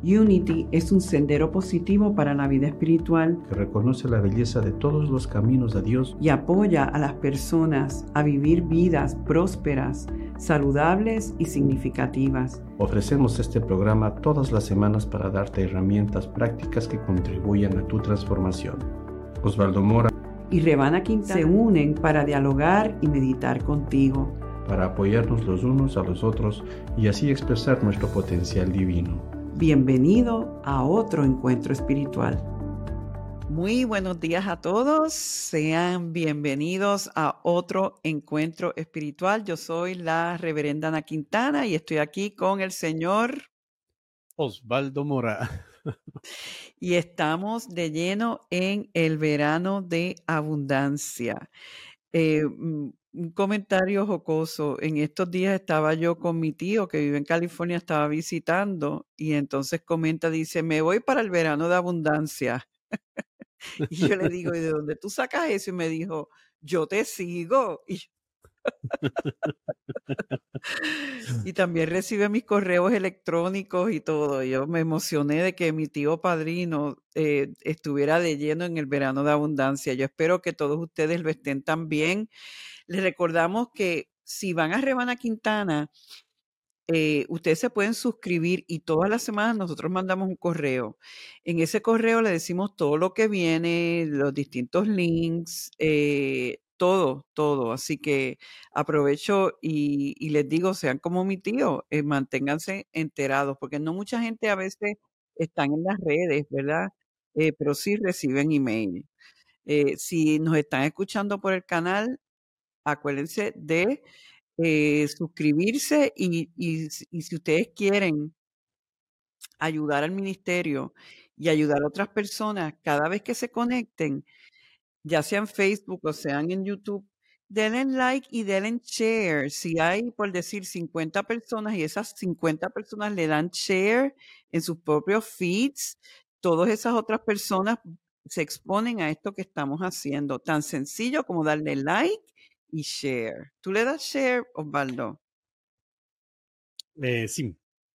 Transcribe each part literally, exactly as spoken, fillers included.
Unity es un sendero positivo para la vida espiritual que reconoce la belleza de todos los caminos de Dios y apoya a las personas a vivir vidas prósperas, saludables y significativas. Ofrecemos este programa todas las semanas para darte herramientas prácticas que contribuyan a tu transformación. Osvaldo Mora y Revana Quintana se unen para dialogar y meditar contigo, para apoyarnos los unos a los otros y así expresar nuestro potencial divino. Bienvenido a otro encuentro espiritual. Muy buenos días a todos, sean bienvenidos a otro encuentro espiritual. Yo soy la reverenda Ana Quintana y estoy aquí con el señor Osvaldo Mora. Y estamos de lleno en el verano de abundancia. Eh, un comentario jocoso. En estos días estaba yo con mi tío que vive en California, estaba visitando y entonces comenta, dice, me voy para el verano de abundancia. Y yo le digo, ¿y de dónde tú sacas eso? Y me dijo, yo te sigo. Y, y también recibe mis correos electrónicos y todo. Yo me emocioné de que mi tío padrino eh, estuviera de lleno en el verano de abundancia. Yo espero que todos ustedes lo estén también. Les recordamos que si van a Revana Quintana, eh, ustedes se pueden suscribir y todas las semanas nosotros mandamos un correo. En ese correo le decimos todo lo que viene, los distintos links, eh, todo, todo. Así que aprovecho y, y les digo, sean como mi tío, eh, manténganse enterados, porque no mucha gente a veces están en las redes, ¿verdad? Eh, pero sí reciben email. Eh, si nos están escuchando por el canal, acuérdense de eh, suscribirse y, y, y si ustedes quieren ayudar al ministerio y ayudar a otras personas, cada vez que se conecten, ya sea en Facebook o sean en YouTube, denle like y denle share. Si hay, por decir, cincuenta personas y esas cincuenta personas le dan share en sus propios feeds, todas esas otras personas se exponen a esto que estamos haciendo. Tan sencillo como darle like y share. ¿Tú le das share, Osvaldo? Eh, sí.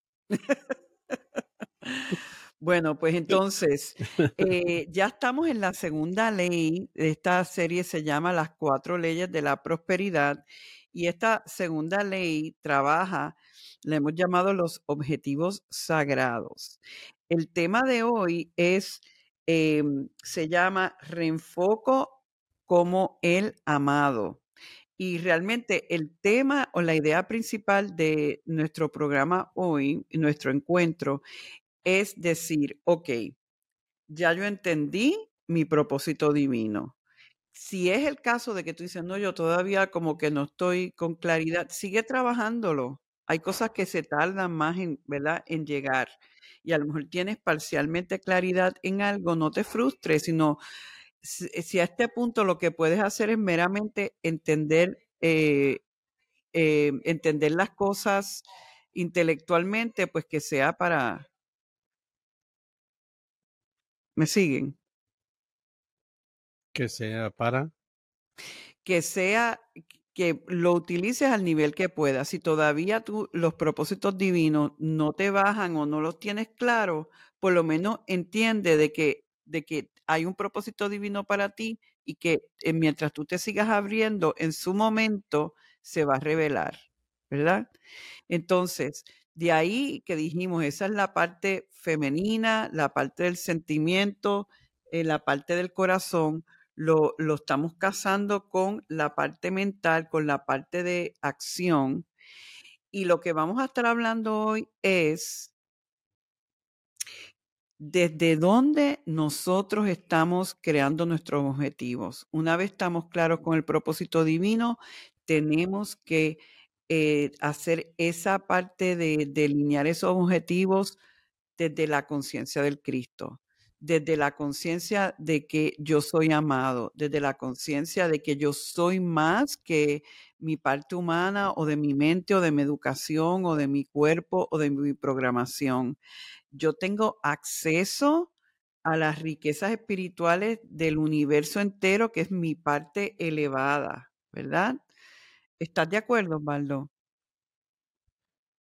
Bueno, pues entonces, eh, ya estamos en la segunda ley. Esta serie se llama Las Cuatro Leyes de la Prosperidad y esta segunda ley trabaja, le hemos llamado los objetivos sagrados. El tema de hoy es, eh, se llama Reenfoco como el amado. Y realmente el tema o la idea principal de nuestro programa hoy, nuestro encuentro, es decir, ok, ya yo entendí mi propósito divino. Si es el caso de que tú dices, no, yo todavía como que no estoy con claridad, sigue trabajándolo. Hay cosas que se tardan más en, ¿verdad?, en llegar. Y a lo mejor tienes parcialmente claridad en algo, no te frustres, sino si, si a este punto lo que puedes hacer es meramente entender, eh, eh, entender las cosas intelectualmente, pues que sea para, ¿me siguen? Que sea para. Que sea, que lo utilices al nivel que puedas. Si todavía tú los propósitos divinos no te bajan o no los tienes claros, por lo menos entiende de que, de que hay un propósito divino para ti y que eh, mientras tú te sigas abriendo, en su momento se va a revelar, ¿verdad? Entonces, de ahí que dijimos, esa es la parte femenina, la parte del sentimiento, eh, la parte del corazón, lo, lo estamos casando con la parte mental, con la parte de acción. Y lo que vamos a estar hablando hoy es desde dónde nosotros estamos creando nuestros objetivos. Una vez estamos claros con el propósito divino, tenemos que eh, hacer esa parte de delinear esos objetivos desde la conciencia del Cristo, desde la conciencia de que yo soy amado, desde la conciencia de que yo soy más que mi parte humana o de mi mente o de mi educación o de mi cuerpo o de mi programación. Yo tengo acceso a las riquezas espirituales del universo entero, que es mi parte elevada, ¿verdad? ¿Estás de acuerdo, Osvaldo?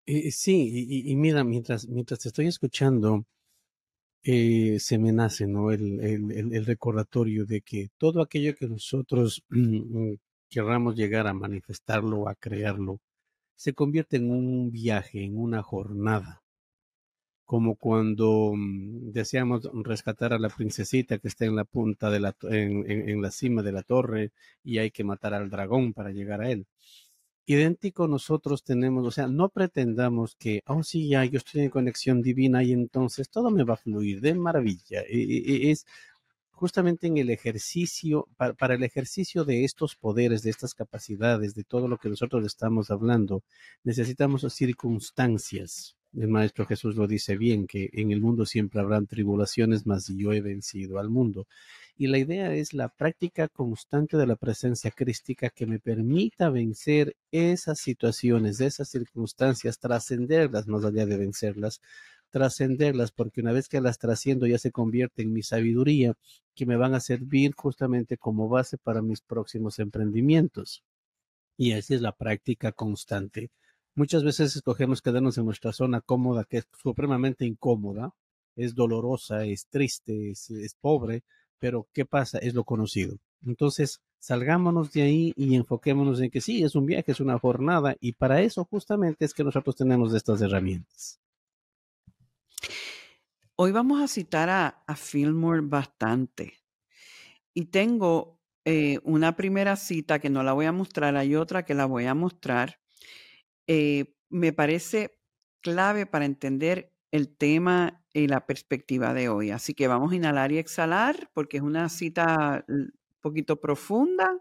Eh, sí, y, y- y mira, mientras, mientras te estoy escuchando, eh, se me nace, ¿no? El, el, el- el recordatorio de que todo aquello que nosotros mm, querramos llegar a manifestarlo, a crearlo, se convierte en un viaje, en una jornada, como cuando mm, deseamos rescatar a la princesita que está en la punta de la, to- en, en- en la cima de la torre y hay que matar al dragón para llegar a él. Idéntico nosotros tenemos, o sea, no pretendamos que, oh sí, ya yo estoy en conexión divina y entonces todo me va a fluir de maravilla. E- e- e- Es justamente en el ejercicio, para, para el ejercicio de estos poderes, de estas capacidades, de todo lo que nosotros estamos hablando, necesitamos circunstancias. El Maestro Jesús lo dice bien, que en el mundo siempre habrán tribulaciones, mas yo he vencido al mundo. Y la idea es la práctica constante de la presencia crística que me permita vencer esas situaciones, esas circunstancias, trascenderlas más allá de vencerlas, trascenderlas, porque una vez que las trasciendo ya se convierte en mi sabiduría, que me van a servir justamente como base para mis próximos emprendimientos. Y así es la práctica constante. Muchas veces escogemos quedarnos en nuestra zona cómoda, que es supremamente incómoda, es dolorosa, es triste, es, es pobre, pero ¿qué pasa? Es lo conocido. Entonces, salgámonos de ahí y enfoquémonos en que sí, es un viaje, es una jornada, y para eso justamente es que nosotros tenemos estas herramientas. Hoy vamos a citar a, a Fillmore bastante. Y tengo eh, una primera cita que no la voy a mostrar, hay otra que la voy a mostrar. Eh, me parece clave para entender el tema y la perspectiva de hoy. Así que vamos a inhalar y exhalar porque es una cita un poquito profunda.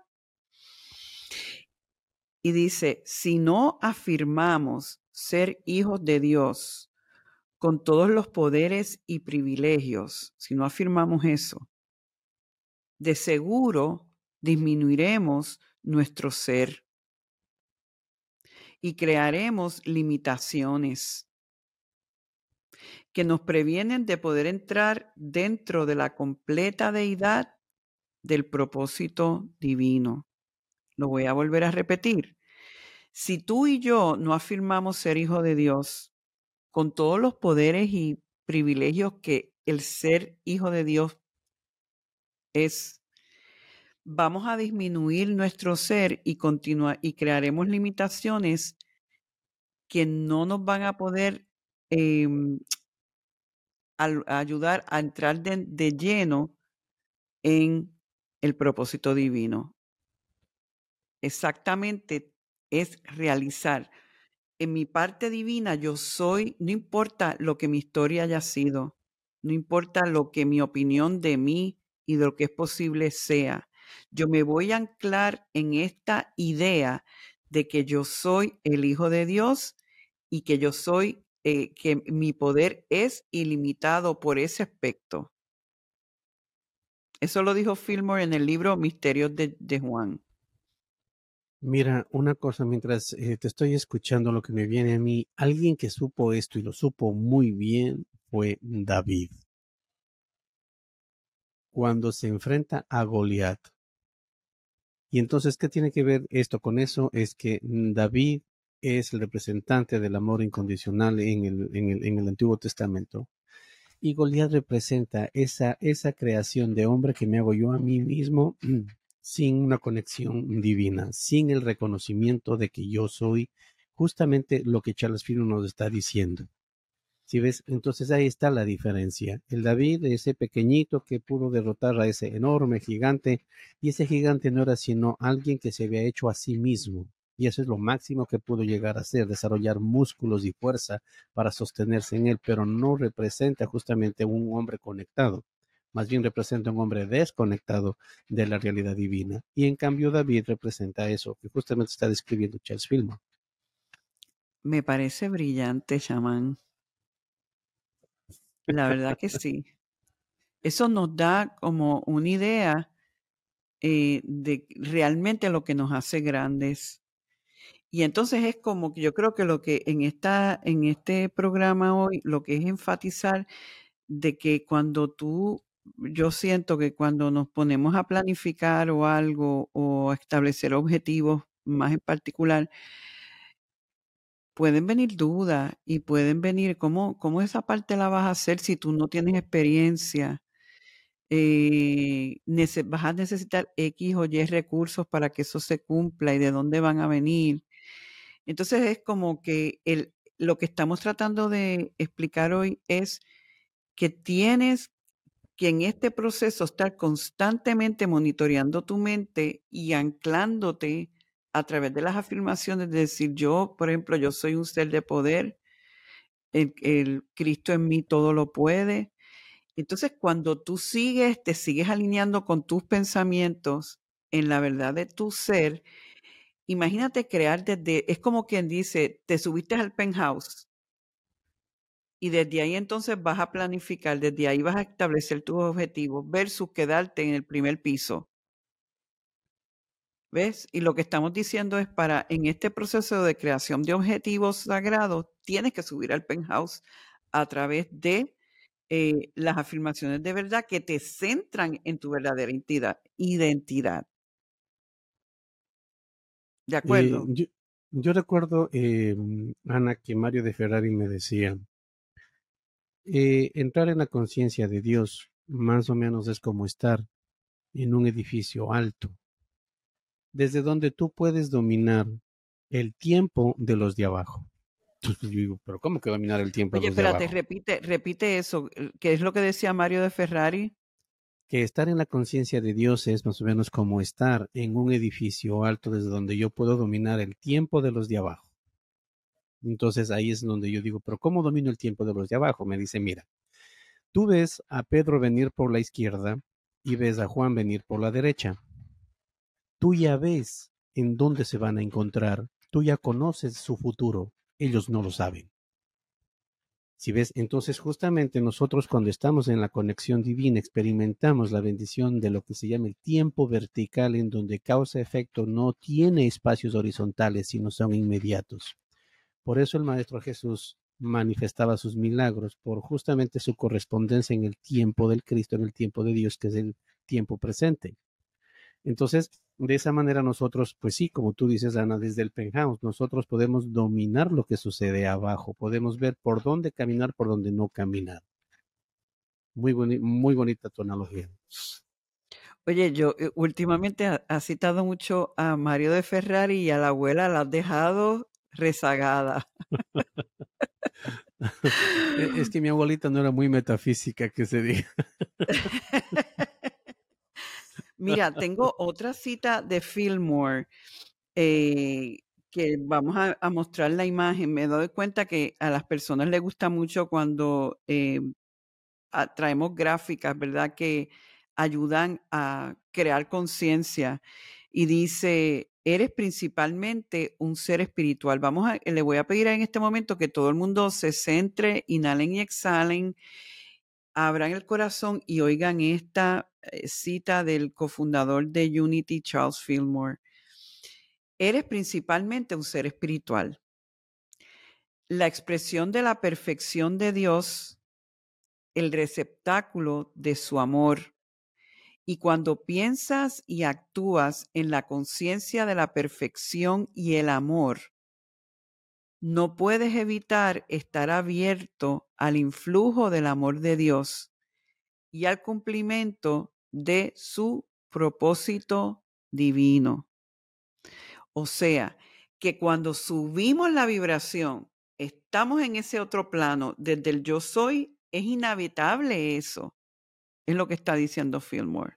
Y dice, si no afirmamos ser hijos de Dios con todos los poderes y privilegios, si no afirmamos eso, de seguro disminuiremos nuestro ser y crearemos limitaciones que nos previenen de poder entrar dentro de la completa deidad del propósito divino. Lo voy a volver a repetir. Si tú y yo no afirmamos ser hijo de Dios con todos los poderes y privilegios que el ser hijo de Dios es, vamos a disminuir nuestro ser y continuar y crearemos limitaciones que no nos van a poder eh, al, a ayudar a entrar de, de lleno en el propósito divino. Exactamente es realizar. En mi parte divina yo soy, no importa lo que mi historia haya sido, no importa lo que mi opinión de mí y de lo que es posible sea, yo me voy a anclar en esta idea de que yo soy el Hijo de Dios y que yo soy, eh, que mi poder es ilimitado por ese aspecto. Eso lo dijo Fillmore en el libro Misterios de, de Juan. Mira, una cosa, mientras eh, te estoy escuchando, lo que me viene a mí, alguien que supo esto y lo supo muy bien fue David. Cuando se enfrenta a Goliat. Y entonces, ¿qué tiene que ver esto con eso? Es que mm, David es el representante del amor incondicional en el, en el, en el Antiguo Testamento. Y Goliat representa esa, esa creación de hombre que me hago yo a mí mismo sin una conexión divina, sin el reconocimiento de que yo soy justamente lo que Charles Fino nos está diciendo. ¿Sí ves? Entonces ahí está la diferencia. El David, ese pequeñito que pudo derrotar a ese enorme gigante, y ese gigante no era sino alguien que se había hecho a sí mismo. Y eso es lo máximo que pudo llegar a ser, desarrollar músculos y fuerza para sostenerse en él, pero no representa justamente un hombre conectado. Más bien representa un hombre desconectado de la realidad divina. Y en cambio David representa eso que justamente está describiendo Charles Fillmore. Me parece brillante, chamán. La verdad que sí. Eso nos da como una idea eh, de realmente lo que nos hace grandes. Y entonces es como que yo creo que lo que en esta, en este programa hoy, lo que es enfatizar de que cuando tú, yo siento que cuando nos ponemos a planificar o algo o a establecer objetivos más en particular, pueden venir dudas y pueden venir, ¿cómo, cómo esa parte la vas a hacer si tú no tienes experiencia? Eh, nece- vas a necesitar X o Y recursos para que eso se cumpla y de dónde van a venir. Entonces es como que el, lo que estamos tratando de explicar hoy es que tienes que en este proceso estar constantemente monitoreando tu mente y anclándote a través de las afirmaciones, de decir yo, por ejemplo, yo soy un ser de poder, el, el Cristo en mí todo lo puede. Entonces, cuando tú sigues, te sigues alineando con tus pensamientos en la verdad de tu ser, imagínate crear desde, es como quien dice, te subiste al penthouse y desde ahí entonces vas a planificar, desde ahí vas a establecer tus objetivos versus quedarte en el primer piso. ¿Ves? Y lo que estamos diciendo es para, en este proceso de creación de objetivos sagrados, tienes que subir al penthouse a través de eh, las afirmaciones de verdad que te centran en tu verdadera identidad. identidad. ¿De Eh, acuerdo? yo, yo recuerdo, eh, Ana, que Mario de Ferrari me decía, eh, entrar en la conciencia de Dios más o menos es como estar en un edificio alto, desde donde tú puedes dominar el tiempo de los de abajo. Entonces yo digo, pero ¿cómo que dominar el tiempo de Oye, los de espérate, abajo? repite, repite eso, que es lo que decía Mario de Ferrari. Que estar en la conciencia de Dios es más o menos como estar en un edificio alto desde donde yo puedo dominar el tiempo de los de abajo. Entonces ahí es donde yo digo, pero ¿cómo domino el tiempo de los de abajo? Me dice, mira, tú ves a Pedro venir por la izquierda y ves a Juan venir por la derecha. Tú ya ves en dónde se van a encontrar, tú ya conoces su futuro, ellos no lo saben. Si ves, entonces justamente nosotros cuando estamos en la conexión divina experimentamos la bendición de lo que se llama el tiempo vertical, en donde causa-efecto no tiene espacios horizontales, sino son inmediatos. Por eso el Maestro Jesús manifestaba sus milagros, por justamente su correspondencia en el tiempo del Cristo, en el tiempo de Dios, que es el tiempo presente. Entonces, de esa manera nosotros, pues sí, como tú dices, Ana, desde el penthouse, nosotros podemos dominar lo que sucede abajo, podemos ver por dónde caminar, por dónde no caminar. Muy, boni muy bonita tu analogía. Oye, yo eh, últimamente ha, ha citado mucho a Mario de Ferrari y a la abuela la has dejado rezagada. Es que mi abuelita no era muy metafísica, que se diga. Mira, tengo otra cita de Fillmore eh, que vamos a, a mostrar la imagen. Me doy cuenta que a las personas les gusta mucho cuando eh, a- traemos gráficas, ¿verdad? Que ayudan a crear conciencia. Y dice, eres principalmente un ser espiritual. Vamos a, le voy a pedir en este momento que todo el mundo se centre, inhalen y exhalen, abran el corazón y oigan esta eh, cita del cofundador de Unity, Charles Fillmore. Eres principalmente un ser espiritual. La expresión de la perfección de Dios, el receptáculo de su amor. Y cuando piensas y actúas en la conciencia de la perfección y el amor, no puedes evitar estar abierto al influjo del amor de Dios y al cumplimiento de su propósito divino. O sea, que cuando subimos la vibración, estamos en ese otro plano, desde el yo soy, es inevitable eso, es lo que está diciendo Fillmore.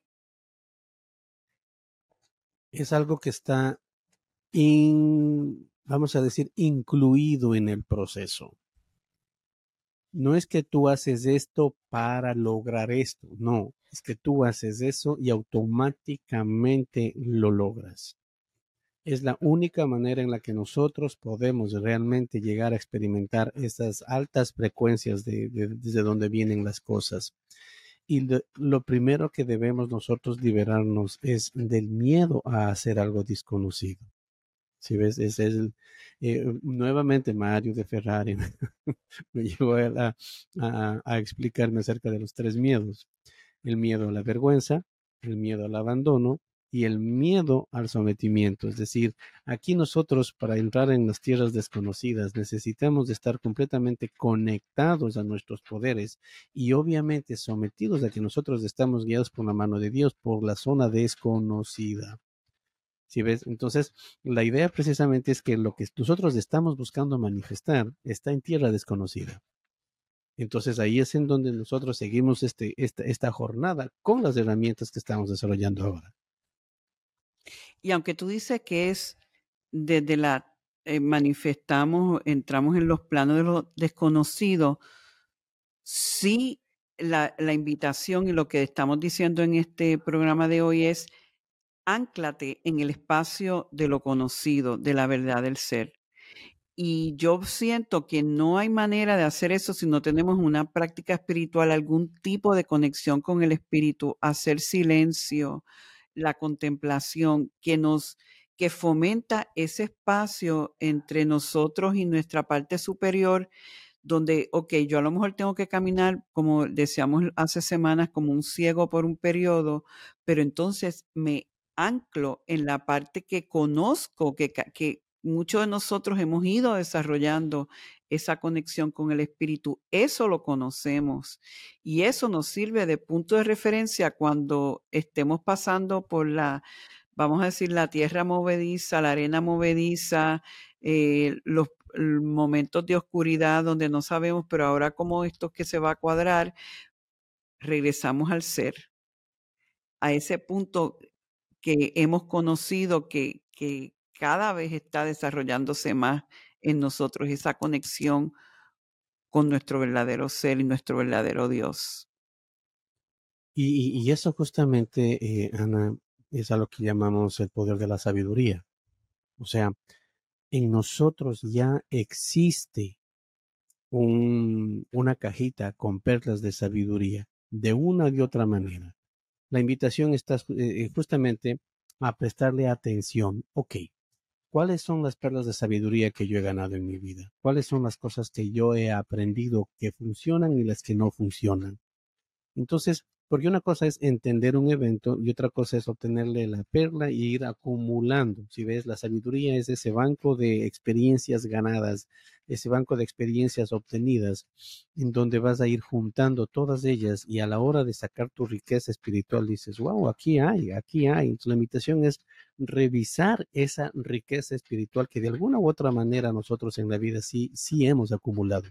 Es algo que está, in, vamos a decir, incluido en el proceso. No es que tú haces esto para lograr esto, no, es que tú haces eso y automáticamente lo logras. Es la única manera en la que nosotros podemos realmente llegar a experimentar esas altas frecuencias de, de, desde donde vienen las cosas. Y lo, lo primero que debemos nosotros liberarnos es del miedo a hacer algo desconocido. Si ves, es el, eh, nuevamente Mario de Ferrari me llevó a, a, a explicarme acerca de los tres miedos. El miedo a la vergüenza, el miedo al abandono y el miedo al sometimiento. Es decir, aquí nosotros para entrar en las tierras desconocidas necesitamos de estar completamente conectados a nuestros poderes y obviamente sometidos a que nosotros estamos guiados por la mano de Dios, por la zona desconocida. ¿Sí ves? Entonces, la idea precisamente es que lo que nosotros estamos buscando manifestar está en tierra desconocida. Entonces ahí es en donde nosotros seguimos este, esta, esta jornada con las herramientas que estamos desarrollando ahora. Y aunque tú dices que es desde la, eh, manifestamos, entramos en los planos de lo desconocido, sí, la, la invitación y lo que estamos diciendo en este programa de hoy es ánclate en el espacio de lo conocido, de la verdad del ser. Y yo siento que no hay manera de hacer eso si no tenemos una práctica espiritual, algún tipo de conexión con el espíritu, hacer silencio, la contemplación, que nos, que fomenta ese espacio entre nosotros y nuestra parte superior, donde, ok, yo a lo mejor tengo que caminar, como decíamos hace semanas, como un ciego por un periodo, pero entonces me anclo en la parte que conozco, que, que muchos de nosotros hemos ido desarrollando esa conexión con el espíritu. Eso lo conocemos y eso nos sirve de punto de referencia cuando estemos pasando por la, vamos a decir, la tierra movediza, la arena movediza, eh, los momentos de oscuridad donde no sabemos, pero ahora como esto que se va a cuadrar, regresamos al ser, a ese punto que hemos conocido que, que cada vez está desarrollándose más en nosotros, esa conexión con nuestro verdadero ser y nuestro verdadero Dios. Y, y, y eso justamente, eh, Ana, es a lo que llamamos el poder de la sabiduría. O sea, en nosotros ya existe un, una cajita con perlas de sabiduría, de una y otra manera. La invitación está eh, justamente a prestarle atención. Ok, ¿cuáles son las perlas de sabiduría que yo he ganado en mi vida? ¿Cuáles son las cosas que yo he aprendido que funcionan y las que no funcionan? Entonces, porque una cosa es entender un evento y otra cosa es obtenerle la perla y ir acumulando. Si ves, la sabiduría es ese banco de experiencias ganadas, ese banco de experiencias obtenidas, en donde vas a ir juntando todas ellas y a la hora de sacar tu riqueza espiritual dices, wow, aquí hay, aquí hay. Entonces, la invitación es revisar esa riqueza espiritual que de alguna u otra manera nosotros en la vida sí, sí hemos acumulado.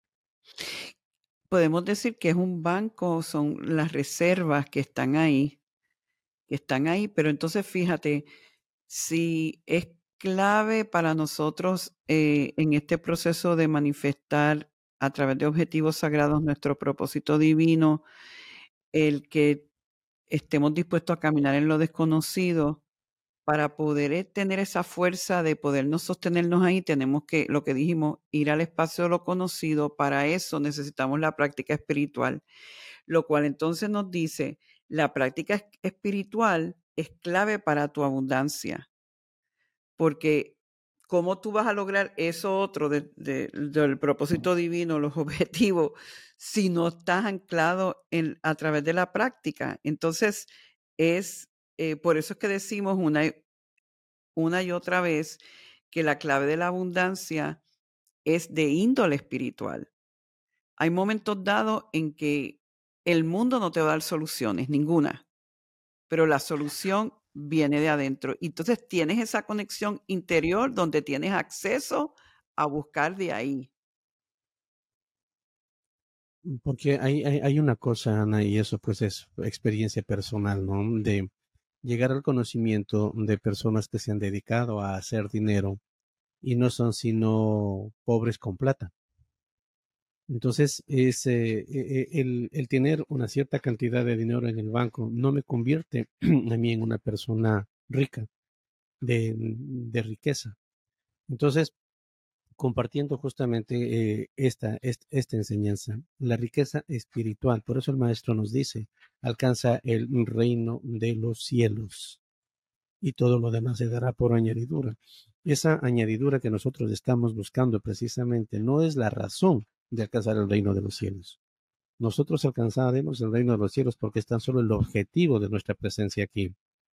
Podemos decir que es un banco, son las reservas que están ahí, que están ahí, pero entonces fíjate, si es clave para nosotros eh, en este proceso de manifestar a través de objetivos sagrados nuestro propósito divino, el que estemos dispuestos a caminar en lo desconocido. Para poder tener esa fuerza de podernos sostenernos ahí, tenemos que, lo que dijimos, ir al espacio de lo conocido. Para eso necesitamos la práctica espiritual, lo cual entonces nos dice, la práctica espiritual es clave para tu abundancia, porque ¿cómo tú vas a lograr eso otro de, de, del propósito divino, los objetivos, si no estás anclado en, a través de la práctica? Entonces, es eh, por eso es que decimos una, una y otra vez que la clave de la abundancia es de índole espiritual. Hay momentos dados en que el mundo no te va a dar soluciones, ninguna, pero la solución viene de adentro. Y entonces tienes esa conexión interior donde tienes acceso a buscar de ahí. Porque hay, hay, hay una cosa, Ana, y eso pues es experiencia personal, ¿no? De llegar al conocimiento de personas que se han dedicado a hacer dinero y no son sino pobres con plata. Entonces, es, eh, eh, el, el tener una cierta cantidad de dinero en el banco no me convierte a mí en una persona rica, de, de riqueza. Entonces, compartiendo justamente eh, esta, esta, esta enseñanza, la riqueza espiritual, por eso el maestro nos dice, alcanza el reino de los cielos y todo lo demás se dará por añadidura. Esa añadidura que nosotros estamos buscando precisamente no es la razón de alcanzar el reino de los cielos. Nosotros alcanzaremos el reino de los cielos porque es tan solo el objetivo de nuestra presencia aquí.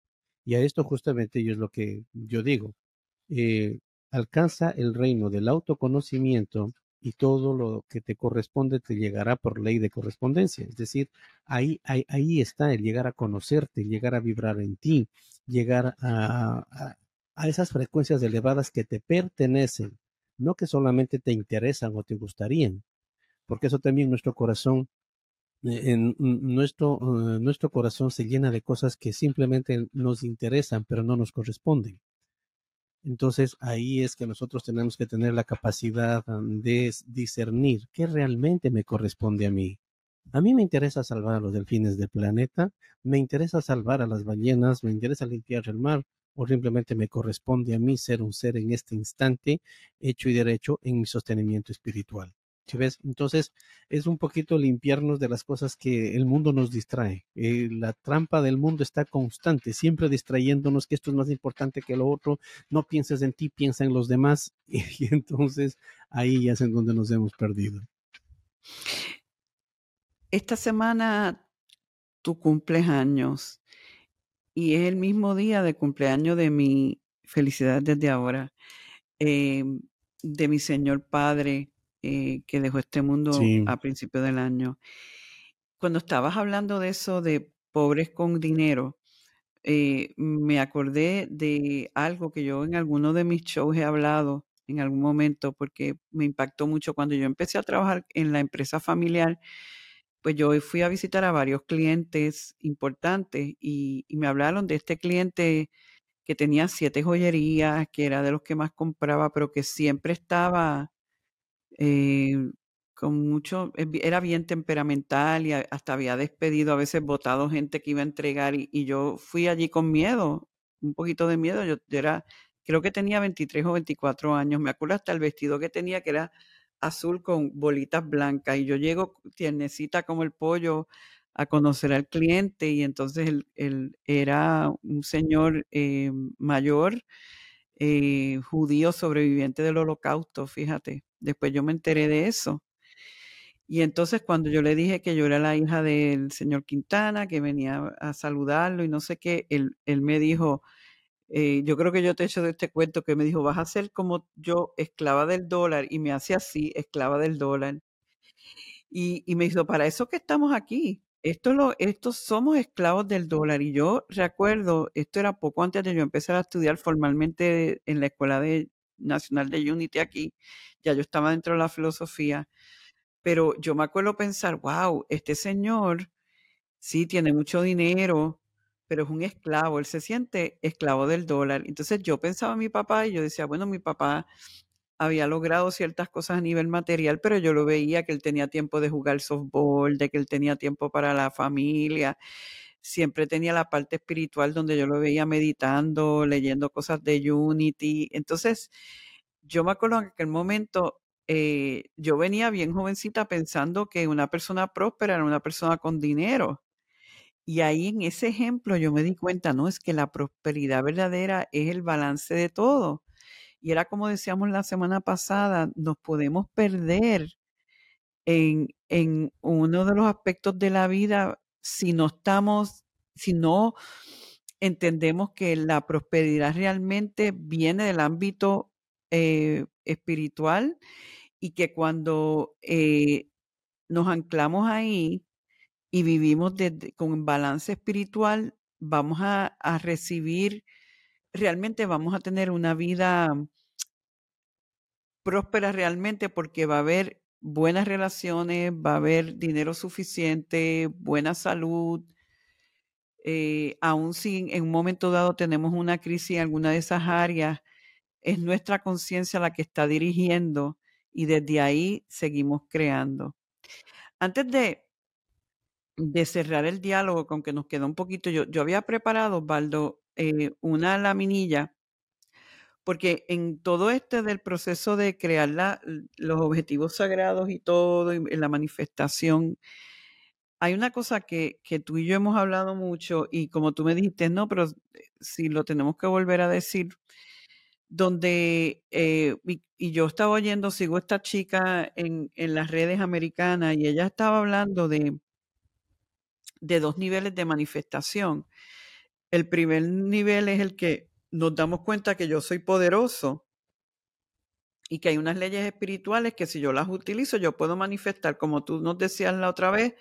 Y a esto justamente yo es lo que yo digo. Eh, alcanza el reino del autoconocimiento y todo lo que te corresponde te llegará por ley de correspondencia. Es decir, ahí, ahí, ahí está el llegar a conocerte, llegar a vibrar en ti, llegar a, a, a esas frecuencias elevadas que te pertenecen, no que solamente te interesan o te gustarían, porque eso también nuestro corazón, eh, en nuestro, uh, nuestro corazón se llena de cosas que simplemente nos interesan, pero no nos corresponden. Entonces ahí es que nosotros tenemos que tener la capacidad de discernir qué realmente me corresponde a mí. A mí me interesa salvar a los delfines del planeta, me interesa salvar a las ballenas, me interesa limpiar el mar, o simplemente me corresponde a mí ser un ser en este instante, hecho y derecho en mi sostenimiento espiritual. ¿Sí ves? Entonces es un poquito limpiarnos de las cosas que el mundo nos distrae. Eh, la trampa del mundo está constante, siempre distrayéndonos que esto es más importante que lo otro. No pienses en ti, piensa en los demás. Y, y entonces ahí ya es en donde nos hemos perdido. Esta semana tú cumples años y es el mismo día de cumpleaños de mi felicidad desde ahora, eh, de mi señor padre eh, que dejó este mundo Sí. a principios del año. Cuando estabas hablando de eso de pobres con dinero, eh, me acordé de algo que yo en alguno de mis shows he hablado en algún momento porque me impactó mucho cuando yo empecé a trabajar en la empresa familiar. Pues yo fui a visitar a varios clientes importantes y, y me hablaron de este cliente que tenía siete joyerías, que era de los que más compraba, pero que siempre estaba eh, con mucho, eh, bi- era bien temperamental y a- hasta había despedido, a veces votado gente que iba a entregar y, y yo fui allí con miedo, un poquito de miedo. Yo, yo era, creo que tenía veintitrés o veinticuatro años, me acuerdo hasta el vestido que tenía que era azul con bolitas blancas y yo llego tiernecita como el pollo a conocer al cliente y entonces él, él era un señor eh, mayor, eh, judío sobreviviente del holocausto, fíjate. Después yo me enteré de eso. Y entonces cuando yo le dije que yo era la hija del señor Quintana, que venía a saludarlo y no sé qué, él, él me dijo, eh, yo creo que yo te he hecho de este cuento, que me dijo, vas a ser como yo, esclava del dólar, y me hace así, esclava del dólar. Y, y me dijo, para eso que estamos aquí. Esto lo, estos somos esclavos del dólar. Y yo recuerdo, esto era poco antes de yo empezar a estudiar formalmente en la Escuela de, Nacional de Unity aquí. Ya yo estaba dentro de la filosofía. Pero yo me acuerdo pensar, wow, este señor sí tiene mucho dinero, pero es un esclavo. Él se siente esclavo del dólar. Entonces yo pensaba en mi papá y yo decía, bueno, mi papá había logrado ciertas cosas a nivel material, pero yo lo veía que él tenía tiempo de jugar softball, de que él tenía tiempo para la familia, siempre tenía la parte espiritual donde yo lo veía meditando, leyendo cosas de Unity. Entonces, yo me acuerdo en aquel momento, eh, yo venía bien jovencita pensando que una persona próspera era una persona con dinero. Y ahí en ese ejemplo yo me di cuenta, no, es que la prosperidad verdadera es el balance de todo. Y era como decíamos la semana pasada, nos podemos perder en, en uno de los aspectos de la vida si no estamos, si no entendemos que la prosperidad realmente viene del ámbito eh, espiritual y que cuando eh, nos anclamos ahí y vivimos desde- con balance espiritual, vamos a, a recibir, realmente vamos a tener una vida próspera realmente porque va a haber buenas relaciones, va a haber dinero suficiente, buena salud. Eh, aun si en un momento dado tenemos una crisis en alguna de esas áreas, es nuestra conciencia la que está dirigiendo y desde ahí seguimos creando. Antes de, de cerrar el diálogo, con que nos queda un poquito, yo, yo había preparado, Osvaldo, eh, una laminilla porque en todo este del proceso de crear la, los objetivos sagrados y todo, y en la manifestación, hay una cosa que, que tú y yo hemos hablado mucho, y como tú me dijiste, no, pero si lo tenemos que volver a decir, donde, eh, y, y yo estaba oyendo, sigo esta chica en, en las redes americanas, y ella estaba hablando de, de dos niveles de manifestación. El primer nivel es el que nos damos cuenta que yo soy poderoso y que hay unas leyes espirituales que si yo las utilizo, yo puedo manifestar, como tú nos decías la otra vez,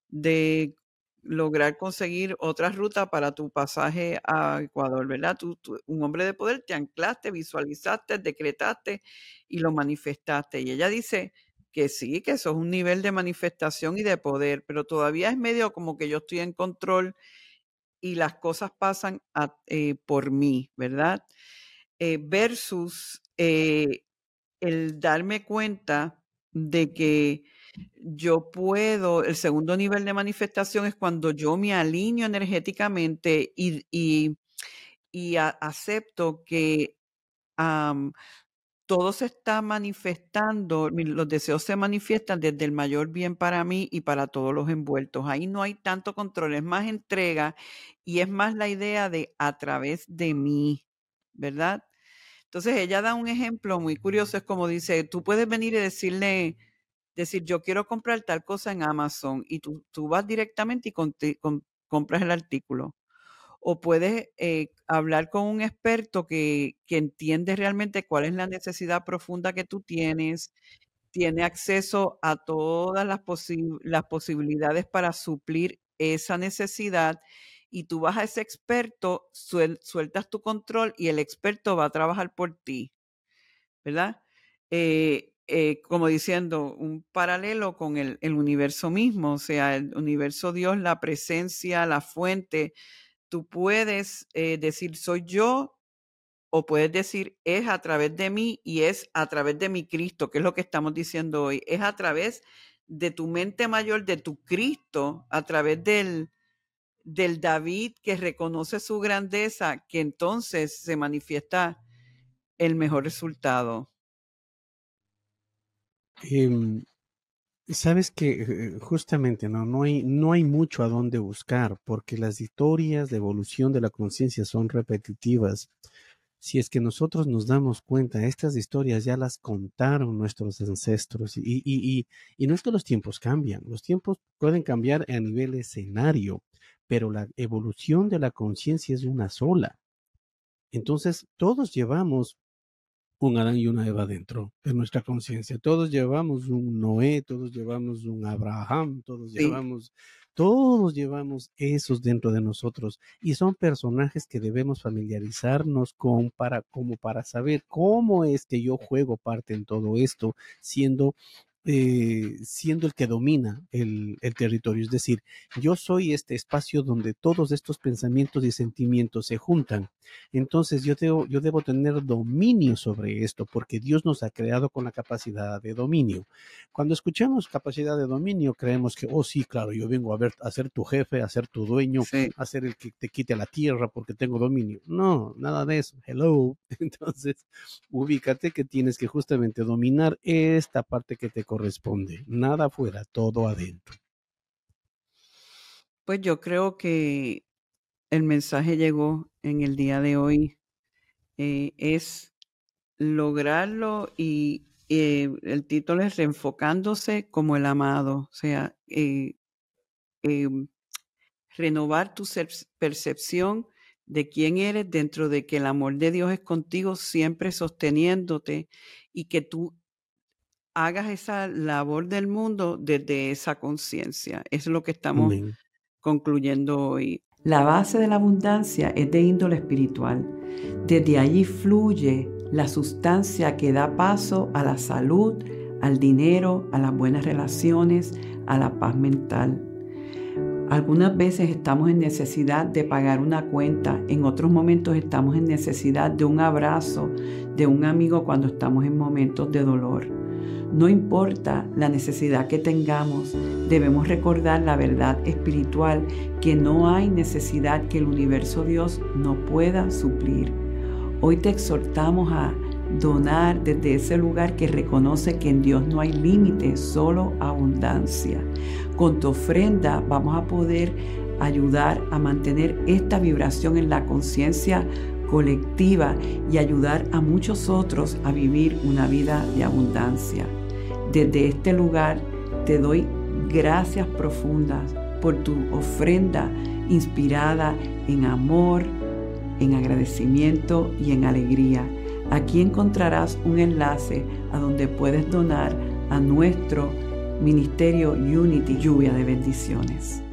de lograr conseguir otra ruta para tu pasaje a Ecuador, ¿verdad? Tú, tú, un hombre de poder, te anclaste, visualizaste, decretaste y lo manifestaste. Y ella dice que sí, que eso es un nivel de manifestación y de poder, pero todavía es medio como que yo estoy en control y las cosas pasan a, eh, por mí, ¿verdad? Eh, versus eh, el darme cuenta de que yo puedo, el segundo nivel de manifestación es cuando yo me alineo energéticamente y, y, y a, acepto que um, todo se está manifestando, los deseos se manifiestan desde el mayor bien para mí y para todos los envueltos. Ahí no hay tanto control, es más entrega y es más la idea de a través de mí, ¿verdad? Entonces ella da un ejemplo muy curioso, es como dice, tú puedes venir y decirle, decir, yo quiero comprar tal cosa en Amazon y tú, tú vas directamente y con, con, compras el artículo. O puedes eh, hablar con un experto que, que entiende realmente cuál es la necesidad profunda que tú tienes, tiene acceso a todas las, posi- las posibilidades para suplir esa necesidad y tú vas a ese experto, suel- sueltas tu control y el experto va a trabajar por ti, ¿verdad? Eh, eh, como diciendo, un paralelo con el, el universo mismo, o sea, el universo Dios, la presencia, la fuente. Tú puedes eh, decir soy yo o puedes decir es a través de mí y es a través de mi Cristo, que es lo que estamos diciendo hoy. Es a través de tu mente mayor, de tu Cristo, a través del, del David que reconoce su grandeza, que entonces se manifiesta el mejor resultado. Eh, Sabes que eh, justamente no, no hay, no hay mucho a dónde buscar, porque las historias de evolución de la conciencia son repetitivas. Si es que nosotros nos damos cuenta, estas historias ya las contaron nuestros ancestros y, y, y, y no es que los tiempos cambian, los tiempos pueden cambiar a nivel escenario, pero la evolución de la conciencia es una sola. Entonces, todos llevamos un Adán y una Eva dentro de nuestra conciencia. Todos llevamos un Noé, todos llevamos un Abraham, todos Sí. llevamos, todos llevamos esos dentro de nosotros y son personajes que debemos familiarizarnos con para como para saber cómo es que yo juego parte en todo esto, siendo eh, siendo el que domina el, el territorio. Es decir, yo soy este espacio donde todos estos pensamientos y sentimientos se juntan. Entonces yo debo, yo debo tener dominio sobre esto porque Dios nos ha creado con la capacidad de dominio. Cuando escuchamos capacidad de dominio, creemos que, oh sí, claro, yo vengo a, ver, a ser tu jefe, a ser tu dueño, Sí. a ser el que te quite la tierra porque tengo dominio. No, nada de eso. Hello. Entonces, ubícate que tienes que justamente dominar esta parte que te corresponde. Nada afuera, todo adentro. Pues yo creo que el mensaje llegó en el día de hoy. Eh, es lograrlo y eh, el título es Reenfocándose como el amado, o sea, eh, eh, renovar tu percepción de quién eres dentro de que el amor de Dios es contigo siempre sosteniéndote y que tú hagas esa labor del mundo desde esa conciencia. Es lo que estamos Amén. concluyendo hoy. La base de la abundancia es de índole espiritual. Desde allí fluye la sustancia que da paso a la salud, al dinero, a las buenas relaciones, a la paz mental. Algunas veces estamos en necesidad de pagar una cuenta, en otros momentos estamos en necesidad de un abrazo de un amigo cuando estamos en momentos de dolor. No importa la necesidad que tengamos, debemos recordar la verdad espiritual que no hay necesidad que el universo Dios no pueda suplir. Hoy te exhortamos a donar desde ese lugar que reconoce que en Dios no hay límite, solo abundancia. Con tu ofrenda vamos a poder ayudar a mantener esta vibración en la conciencia colectiva y ayudar a muchos otros a vivir una vida de abundancia. Desde este lugar te doy gracias profundas por tu ofrenda inspirada en amor, en agradecimiento y en alegría. Aquí encontrarás un enlace a donde puedes donar a nuestro Ministerio Unity Lluvia de Bendiciones.